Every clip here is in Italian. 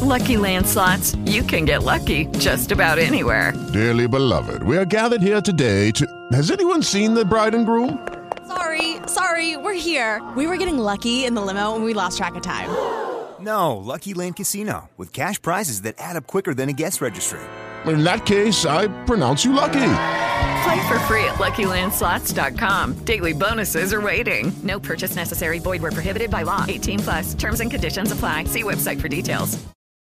Lucky Land Slots, you can get lucky just about anywhere. Dearly beloved, we are gathered here today to... Has anyone seen the bride and groom? Sorry, we're here. We were getting lucky in the limo and we lost track of time. No, Lucky Land Casino, with cash prizes that add up quicker than a guest registry. In that case, I pronounce you lucky. Play for free at LuckyLandSlots.com. Daily bonuses are waiting. No purchase necessary. Void where prohibited by law. 18+. Terms and conditions apply. See website for details.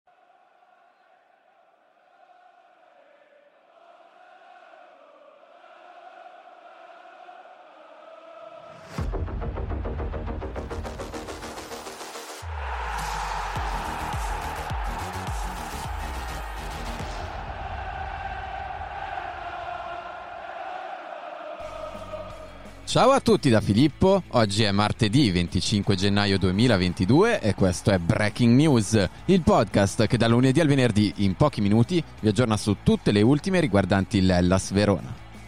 Ciao a tutti da Filippo, oggi è martedì 25 gennaio 2022 e questo è Breaking News, il podcast che da lunedì al venerdì in pochi minuti vi aggiorna su tutte le ultime riguardanti l'Hellas Verona.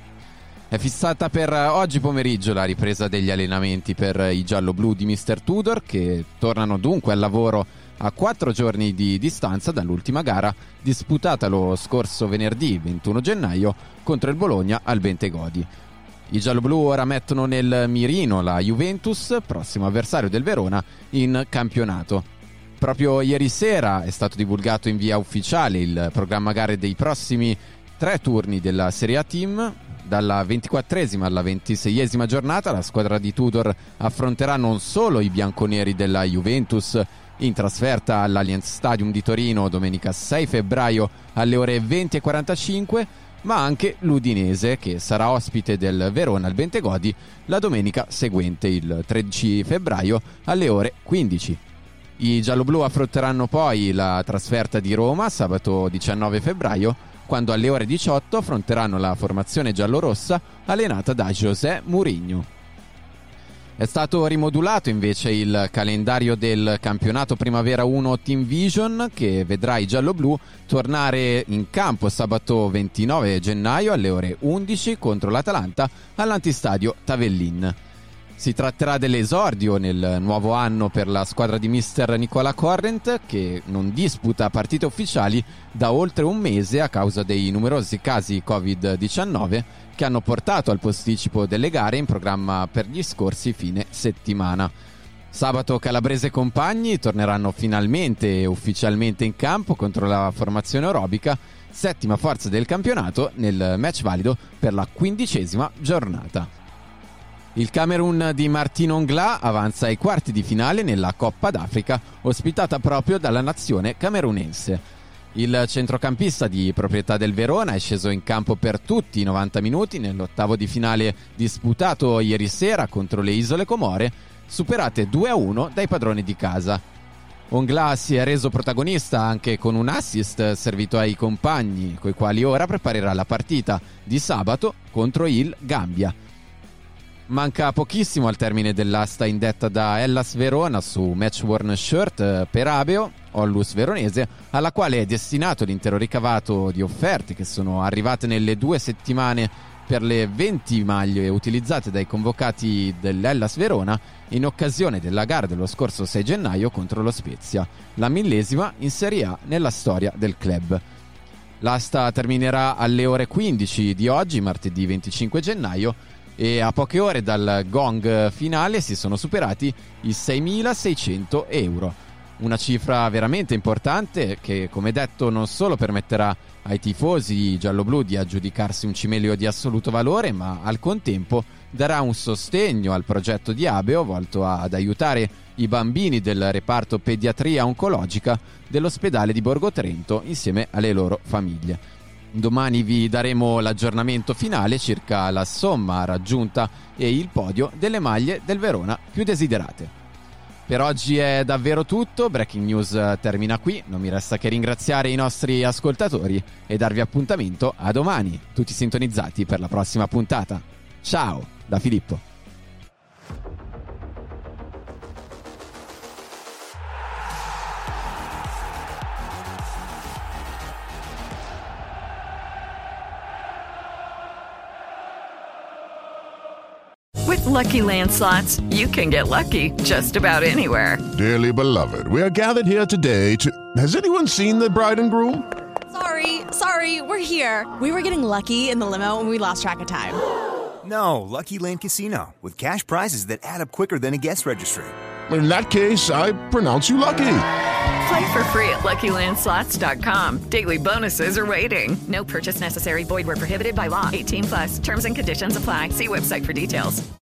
È fissata per oggi pomeriggio la ripresa degli allenamenti per i gialloblu di Mr. Tudor, che tornano dunque al lavoro a 4 giorni di distanza dall'ultima gara disputata lo scorso venerdì 21 gennaio contro il Bologna al Bentegodi. I gialloblu ora mettono nel mirino la Juventus, prossimo avversario del Verona, in campionato. Proprio ieri sera è stato divulgato in via ufficiale il programma gare dei prossimi 3 turni della Serie A Team. Dalla 24esima alla 26esima giornata la squadra di Tudor affronterà non solo i bianconeri della Juventus in trasferta all'Allianz Stadium di Torino domenica 6 febbraio alle ore 20:45, ma anche l'Udinese, che sarà ospite del Verona al Bentegodi la domenica seguente, il 13 febbraio alle ore 15. I gialloblu affronteranno poi la trasferta di Roma sabato 19 febbraio, quando alle ore 18 affronteranno la formazione giallorossa allenata da José Mourinho. È stato rimodulato invece il calendario del campionato Primavera 1 Team Vision, che vedrà i gialloblu tornare in campo sabato 29 gennaio alle ore 11 contro l'Atalanta all'antistadio Tavellin. Si tratterà dell'esordio nel nuovo anno per la squadra di mister Nicola Corrent, che non disputa partite ufficiali da oltre un mese a causa dei numerosi casi Covid-19 che hanno portato al posticipo delle gare in programma per gli scorsi fine settimana. Sabato Calabrese e compagni torneranno finalmente e ufficialmente in campo contro la formazione orobica, settima forza del campionato, nel match valido per la 15ª giornata. Il Camerun di Martin Ongla avanza ai quarti di finale nella Coppa d'Africa, ospitata proprio dalla nazione camerunense. Il centrocampista di proprietà del Verona è sceso in campo per tutti i 90 minuti nell'ottavo di finale disputato ieri sera contro le Isole Comore, superate 2-1 dai padroni di casa. Ongla si è reso protagonista anche con un assist servito ai compagni, coi quali ora preparerà la partita di sabato contro il Gambia. Manca pochissimo al termine dell'asta indetta da Hellas Verona su Match Worn Shirt per Abeo, Ollus veronese, alla quale è destinato l'intero ricavato di offerte che sono arrivate nelle 2 settimane per le 20 maglie utilizzate dai convocati dell'Hellas Verona in occasione della gara dello scorso 6 gennaio contro lo Spezia, la 1000ª in Serie A nella storia del club. L'asta terminerà alle ore 15 di oggi, martedì 25 gennaio, e a poche ore dal gong finale si sono superati i 6.600 euro. Una cifra veramente importante che, come detto, non solo permetterà ai tifosi gialloblu di aggiudicarsi un cimelio di assoluto valore, ma al contempo darà un sostegno al progetto di Abeo volto ad aiutare i bambini del reparto pediatria oncologica dell'ospedale di Borgo Trento insieme alle loro famiglie. Domani vi daremo l'aggiornamento finale circa la somma raggiunta e il podio delle maglie del Verona più desiderate. Per oggi è davvero tutto, Breaking News termina qui, non mi resta che ringraziare i nostri ascoltatori e darvi appuntamento a domani, tutti sintonizzati per la prossima puntata. Ciao, da Filippo. With Lucky Land Slots, you can get lucky just about anywhere. Dearly beloved, we are gathered here today to... Has anyone seen the bride and groom? Sorry, we're here. We were getting lucky in the limo and we lost track of time. No, Lucky Land Casino, with cash prizes that add up quicker than a guest registry. In that case, I pronounce you lucky. Play for free at LuckyLandSlots.com. Daily bonuses are waiting. No purchase necessary. Void where prohibited by law. 18+. Terms and conditions apply. See website for details.